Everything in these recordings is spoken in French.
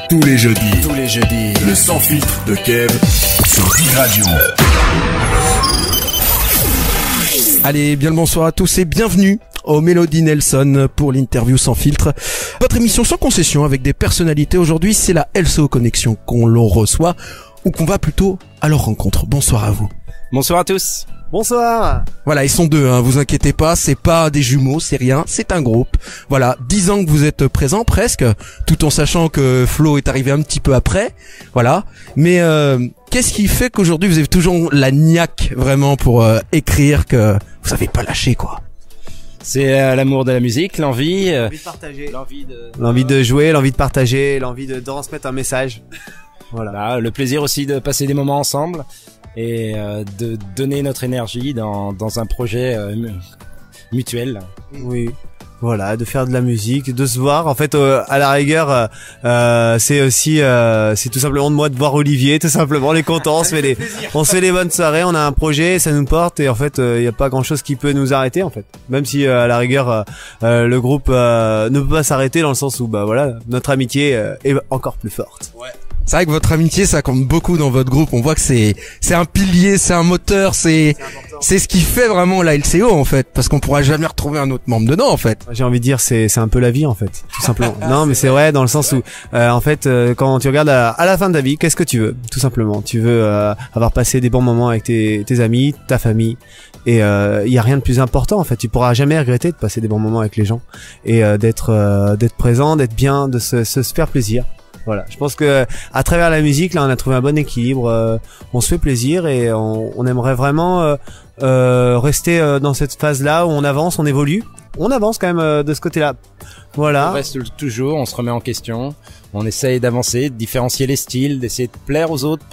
Tous les jeudis, le sans filtre de Kev sur Big Radio. Allez, bien le bonsoir à tous et bienvenue au Mélodie Nelson pour l'interview sans filtre. Votre émission sans concession avec des personnalités. Aujourd'hui, c'est la LCO Connexion qu'on l'on reçoit ou qu'on va plutôt à leur rencontre. Bonsoir à vous. Bonsoir à tous. Bonsoir. Voilà, ils sont deux, hein, vous inquiétez pas, c'est pas des jumeaux, c'est rien, c'est un groupe. Voilà, 10 ans que vous êtes présents presque, tout en sachant que Flo est arrivé un petit peu après. Voilà, mais qu'est-ce qui fait qu'aujourd'hui vous avez toujours la niaque vraiment pour écrire, que vous avez pas lâché quoi? C'est l'amour de la musique, l'envie de partager, l'envie de jouer, l'envie de partager, l'envie de transmettre un message. Voilà. Bah, le plaisir aussi de passer des moments ensemble et de donner notre énergie dans un projet mutuel. Oui. Voilà, de faire de la musique, de se voir. En fait, à la rigueur, c'est aussi, c'est tout simplement de moi de voir Olivier, tout simplement. On est contents, on se fait des bonnes soirées, on a un projet, ça nous porte, et en fait, il y a pas grand chose qui peut nous arrêter, en fait. Même si, à la rigueur, le groupe ne peut pas s'arrêter dans le sens où, bah voilà, notre amitié est encore plus forte. Ouais. C'est vrai que votre amitié, ça compte beaucoup dans votre groupe. On voit que c'est un pilier, c'est un moteur, c'est ce qui fait vraiment la LCO en fait, parce qu'on pourra jamais retrouver un autre membre dedans en fait. J'ai envie de dire c'est un peu la vie en fait, tout simplement. Non, mais c'est vrai dans le sens où en fait quand tu regardes à la fin de ta vie, qu'est-ce que tu veux? Tout simplement, tu veux avoir passé des bons moments avec tes amis, ta famille. Et il y a rien de plus important en fait. Tu pourras jamais regretter de passer des bons moments avec les gens et d'être présent, d'être bien, de se faire plaisir. Voilà, je pense que à travers la musique, là, on a trouvé un bon équilibre. On se fait plaisir et on aimerait vraiment rester dans cette phase-là où on avance, on évolue. On avance quand même de ce côté-là. Voilà. On reste toujours, on se remet en question, on essaye d'avancer, de différencier les styles, d'essayer de plaire aux autres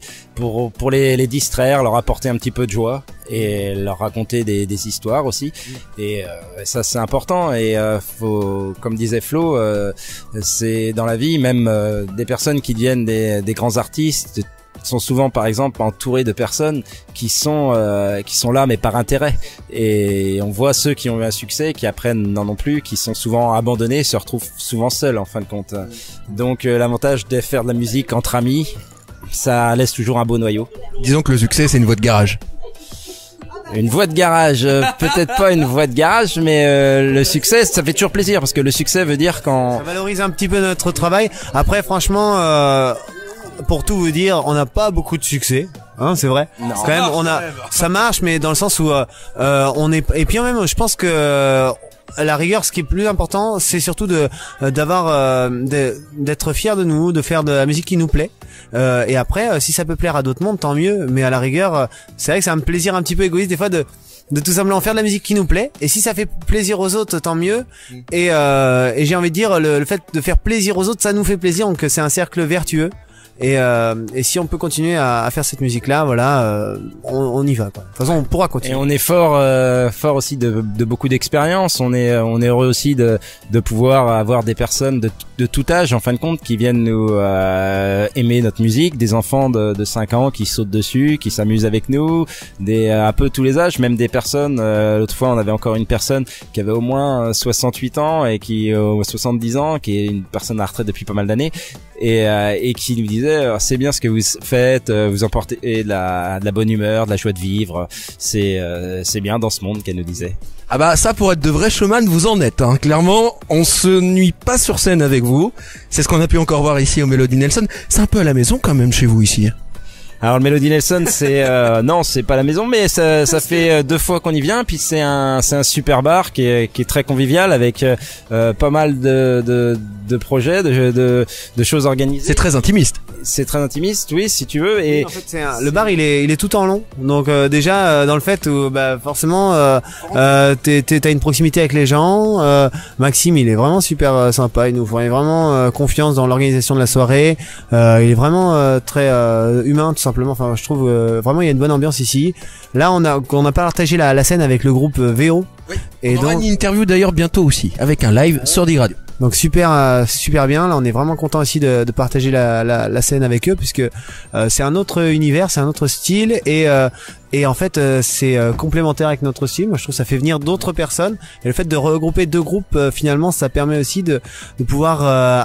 pour les distraire, leur apporter un petit peu de joie et leur raconter des histoires aussi. Et ça c'est important et faut, comme disait Flo, c'est dans la vie même des personnes qui deviennent des grands artistes sont souvent par exemple entourés de personnes qui sont là mais par intérêt, et on voit ceux qui ont eu un succès qui après n'en ont plus, qui sont souvent abandonnés, se retrouvent souvent seuls en fin de compte. Donc l'avantage de faire de la musique entre amis, ça laisse toujours un beau noyau. Disons que le succès c'est une voix de garage. Une voix de garage, peut-être pas une voix de garage, mais le succès, ça fait toujours plaisir parce que le succès veut dire quand ça valorise un petit peu notre travail. Après franchement pour tout vous dire, on n'a pas beaucoup de succès, hein, c'est vrai. Non. Quand même, ça marche, mais dans le sens où on est. Et puis même, je pense que à la rigueur, ce qui est plus important, c'est surtout d'être fier de nous, de faire de la musique qui nous plaît. Et après, si ça peut plaire à d'autres mondes, tant mieux. Mais à la rigueur, c'est vrai que c'est un plaisir un petit peu égoïste des fois de tout simplement faire de la musique qui nous plaît, et si ça fait plaisir aux autres, tant mieux. Et j'ai envie de dire, le fait de faire plaisir aux autres, ça nous fait plaisir, donc c'est un cercle vertueux. Et si on peut continuer à faire cette musique-là, voilà, on y va, quoi. De toute façon, on pourra continuer. Et on est fort aussi de beaucoup d'expérience. On est heureux aussi de pouvoir avoir des personnes de tout âge, en fin de compte, qui viennent nous aimer notre musique, des enfants de 5 ans qui sautent dessus, qui s'amusent avec nous, un peu tous les âges, même des personnes. L'autre fois, on avait encore une personne qui avait au moins 68 ans et qui 70 ans, qui est une personne à la retraite depuis pas mal d'années, et qui nous disait c'est bien ce que vous faites, vous emportez de la bonne humeur, de la joie de vivre, c'est bien dans ce monde, qu'elle nous disait. Ah bah ça, pour être de vrais showman, vous en êtes, hein. Clairement, on se nuit pas sur scène avec vous. C'est ce qu'on a pu encore voir ici au Mélodie Nelson. C'est un peu à la maison quand même chez vous ici. Alors le Mélodie Nelson, c'est non, c'est pas la maison, mais ça fait 2 fois qu'on y vient. Puis c'est un super bar qui est très convivial, avec pas mal de projets, de choses organisées. C'est très intimiste. C'est très intimiste, oui, si tu veux. Et en fait, le bar, il est tout en long. Donc déjà dans le fait où bah forcément t'as une proximité avec les gens. Maxime, il est vraiment super sympa. Il nous fait vraiment confiance dans l'organisation de la soirée. Il est vraiment très humain, tout simplement. Enfin, je trouve vraiment il y a une bonne ambiance ici. Là, on a partagé la scène avec le groupe VO. Oui. Et on aura une interview d'ailleurs bientôt aussi, avec un live sur Dig Radio. Donc super bien. Là, on est vraiment content aussi de partager la scène avec eux, puisque c'est un autre univers, c'est un autre style, et Et en fait, c'est complémentaire avec notre style. Moi, je trouve que ça fait venir d'autres personnes. Et le fait de regrouper deux groupes, finalement, ça permet aussi de pouvoir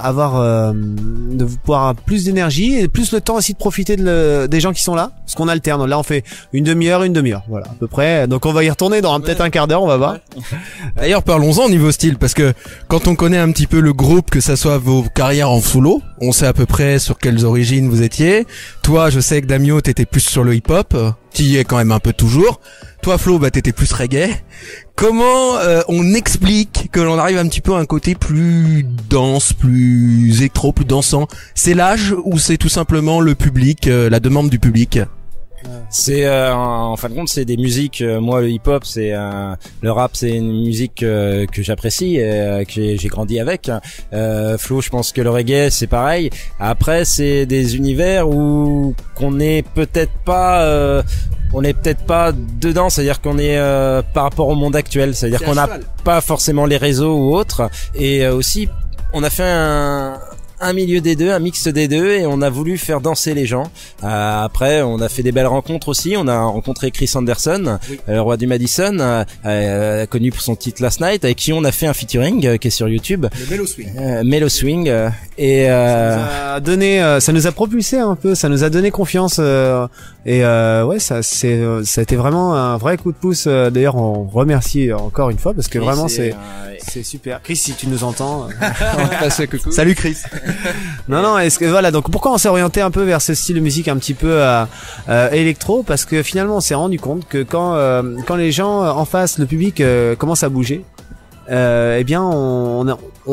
de pouvoir plus d'énergie et plus le temps aussi de profiter des gens qui sont là. Parce qu'on alterne. Là, on fait une demi-heure, voilà, à peu près. Donc, on va y retourner dans peut-être un quart d'heure, on va voir. D'ailleurs, parlons-en au niveau style, parce que quand on connaît un petit peu le groupe, que ça soit vos carrières en solo, on sait à peu près sur quelles origines vous étiez. Toi, je sais que Damio, t'étais plus sur le hip-hop. Qui est quand même un peu toujours. Toi Flo, bah t'étais plus reggae. Comment on explique que l'on arrive un petit peu à un côté plus dense, plus électro, plus dansant? C'est l'âge ou c'est tout simplement le public, la demande du public? C'est en fin de compte, c'est des musiques. Moi, le hip-hop, c'est le rap, c'est une musique que j'apprécie, que j'ai grandi avec. Flo, je pense que le reggae, c'est pareil. Après, c'est des univers où qu'on est peut-être pas. On est peut-être pas dedans, c'est-à-dire qu'on est par rapport au monde actuel, c'est-à-dire qu'on n'a pas forcément les réseaux ou autres, et aussi on a fait un milieu des deux, un mix des deux, et on a voulu faire danser les gens. Après, on a fait des belles rencontres aussi. On a rencontré Chris Anderson, le roi du Madison, connu pour son titre Last Night, avec qui on a fait un featuring qui est sur YouTube. Le Mellow Swing. Mellow Swing. Et ça nous a donné, ça nous a propulsé un peu, ça nous a donné confiance. Ouais, ça a été vraiment un vrai coup de pouce. D'ailleurs, on remercie encore une fois parce que vraiment c'est super. Chris, si tu nous entends, on te passe coucou. Salut Chris. Non, est-ce que voilà, donc pourquoi on s'est orienté un peu vers ce style de musique un petit peu électro, parce que finalement on s'est rendu compte que quand les gens en face, le public commence à bouger, eh bien on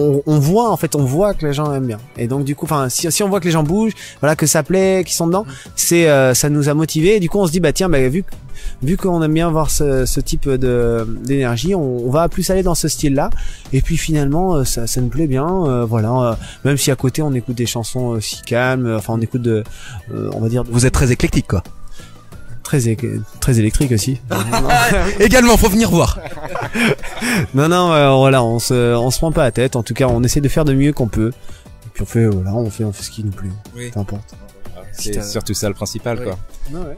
voit que les gens aiment bien, et donc du coup, enfin si on voit que les gens bougent, voilà, que ça plaît, qu'ils sont dedans, c'est ça nous a motivés, et du coup on se dit bah tiens, vu qu'on aime bien voir ce type d'énergie, on va plus aller dans ce style-là. Et puis finalement, ça nous plaît bien. Voilà, même si à côté on écoute des chansons aussi calmes. Enfin, on écoute on va dire. Vous êtes très éclectique, quoi. Très électrique aussi. Également, faut venir voir. Non, voilà, on se prend pas la tête. En tout cas, on essaie de faire de mieux qu'on peut. Et puis on fait ce qui nous plaît. Oui. Peu importe. C'est surtout ça le principal, quoi. Ouais.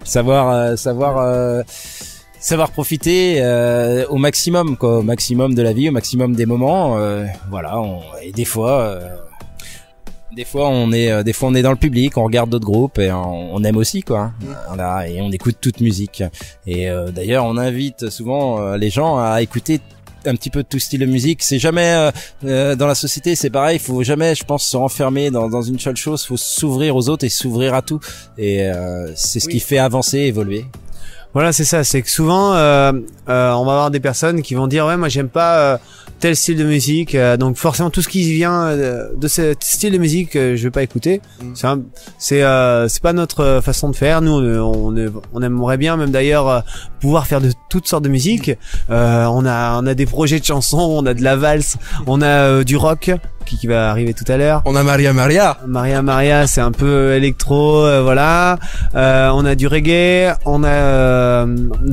Savoir profiter au maximum, quoi, au maximum de la vie, au maximum des moments. Voilà. Et des fois on est dans le public, on regarde d'autres groupes et on aime aussi, quoi. Voilà, et on écoute toute musique. Et d'ailleurs, on invite souvent les gens à écouter un petit peu de tout style de musique. C'est jamais dans la société, c'est pareil, il faut jamais, je pense, se renfermer dans une seule chose, faut s'ouvrir aux autres et s'ouvrir à tout, et c'est ce qui fait avancer, évoluer. Voilà, c'est ça, c'est que souvent on va avoir des personnes qui vont dire ouais, moi j'aime pas tel style de musique, donc forcément tout ce qui vient de ce style de musique, je vais pas écouter. C'est pas notre façon de faire. Nous on aimerait bien, même d'ailleurs, pouvoir faire de toutes sortes de musique. On a des projets de chansons, on a de la valse, on a du rock qui va arriver tout à l'heure. On a Maria, c'est un peu électro, voilà. On a du reggae, on a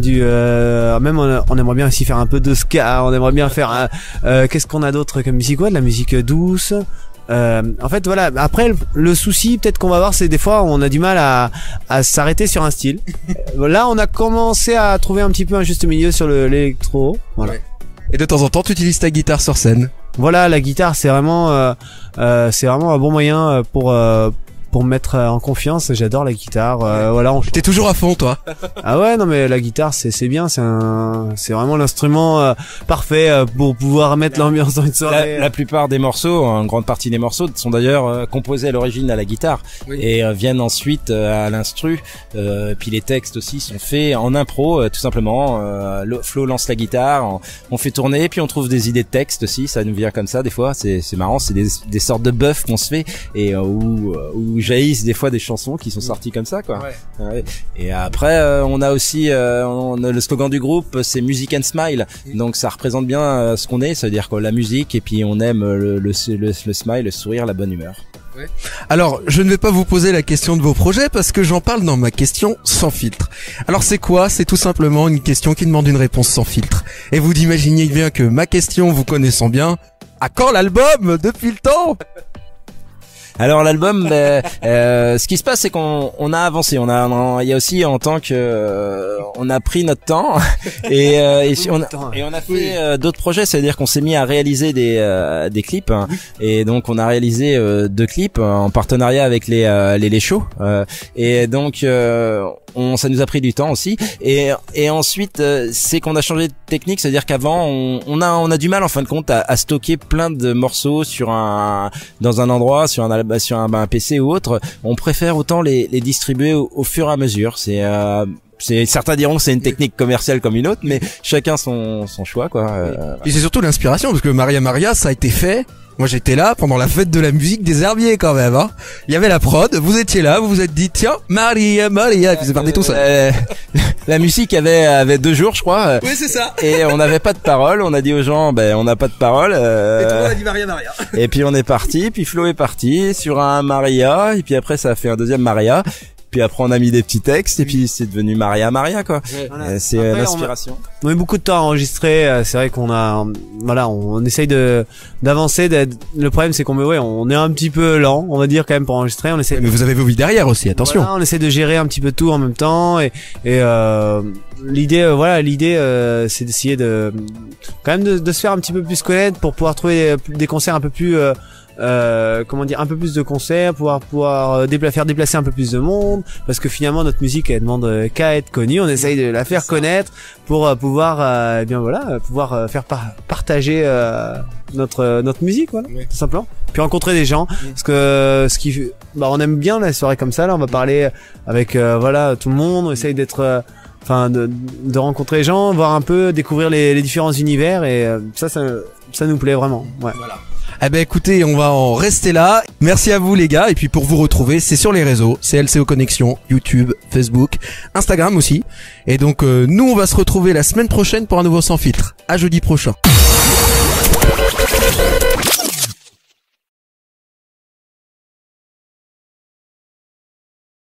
on aimerait bien aussi faire un peu de ska, on aimerait bien faire qu'est-ce qu'on a d'autre comme musique, de la musique douce. En fait, voilà. Après, le souci peut-être qu'on va avoir, c'est des fois on a du mal à s'arrêter sur un style. Là, on a commencé à trouver un petit peu un juste milieu sur l'électro. Voilà. Ouais. Et de temps en temps, tu utilises ta guitare sur scène. Voilà, la guitare, c'est vraiment un bon moyen pour me mettre en confiance. J'adore la guitare. Voilà, t'es toujours à fond, toi. Ah ouais, non mais la guitare, c'est bien, c'est vraiment l'instrument parfait pour pouvoir mettre l'ambiance dans une soirée. La plupart des morceaux, une grande partie des morceaux, sont d'ailleurs composés à l'origine à la guitare, et viennent ensuite à l'instru. Puis les textes aussi sont faits en impro, tout simplement. Flo lance la guitare, on fait tourner, puis on trouve des idées de texte aussi. Ça nous vient comme ça des fois. C'est marrant, c'est des sortes de buffs qu'on se fait, et où jaillissent des fois des chansons qui sont sorties comme ça, quoi. Ouais. Et après on a aussi le slogan du groupe, c'est Music and Smile. Donc ça représente bien ce qu'on est, c'est-à-dire que la musique, et puis on aime le smile, le sourire, la bonne humeur. Ouais. Alors, je ne vais pas vous poser la question de vos projets parce que j'en parle dans ma question sans filtre. Alors c'est quoi? C'est tout simplement une question qui demande une réponse sans filtre. Et vous imaginez bien que ma question, vous connaissant bien, à quand l'album depuis le temps? Alors l'album, ce qui se passe, c'est qu'on a avancé. Il y a aussi en tant que, on a pris notre temps et on a fait d'autres projets. C'est-à-dire qu'on s'est mis à réaliser des clips, hein, et donc on a réalisé 2 clips en partenariat avec les shows. Et donc ça nous a pris du temps aussi. Et ensuite, c'est qu'on a changé de technique. C'est-à-dire qu'avant, on a du mal en fin de compte à stocker plein de morceaux dans un endroit, sur un PC ou autre. On préfère autant les distribuer au fur et à mesure. Certains diront que c'est une technique commerciale comme une autre, mais chacun son choix, quoi. Et c'est surtout l'inspiration, parce que Maria, ça a été fait. Moi, j'étais là pendant la fête de la musique des Herbiers, quand même, hein. Il y avait la prod, vous étiez là, vous vous êtes dit, tiens, Maria, et puis c'est parti tout seul. La musique avait 2 jours, je crois. Oui, c'est ça. Et on n'avait pas de parole. On a dit aux gens, on n'a pas de parole. Et tout le monde a dit Maria. Et puis on est parti, puis Flo est parti sur un Maria, et puis après ça a fait un deuxième Maria. Puis après on a mis des petits textes et puis c'est devenu Maria quoi. Voilà. C'est l'inspiration. On a eu beaucoup de temps à enregistrer. C'est vrai qu'on on essaye d'avancer. Le problème c'est on est un petit peu lent, on va dire quand même pour enregistrer. On essaie. Mais vous avez vos vies derrière aussi, attention. Voilà, on essaie de gérer un petit peu tout en même temps et l'idée c'est d'essayer quand même de se faire un petit peu plus connaître pour pouvoir trouver des concerts un peu plus un peu plus de concerts, pouvoir faire déplacer un peu plus de monde, parce que finalement notre musique elle demande qu'à être connue. On essaye de la faire connaître pour pouvoir pouvoir faire partager notre musique, voilà, tout simplement. Puis rencontrer des gens, parce que on aime bien la soirée comme ça. Là, on va parler avec tout le monde. On essaye d'être de rencontrer les gens, voir un peu, découvrir les différents univers, et ça nous plaît vraiment. Ouais. Voilà. Eh ben écoutez, on va en rester là. Merci à vous les gars, et puis pour vous retrouver, c'est sur les réseaux, c'est LCO Connexion, YouTube, Facebook, Instagram aussi. Et donc nous on va se retrouver la semaine prochaine pour un nouveau Sans Filtre. À jeudi prochain.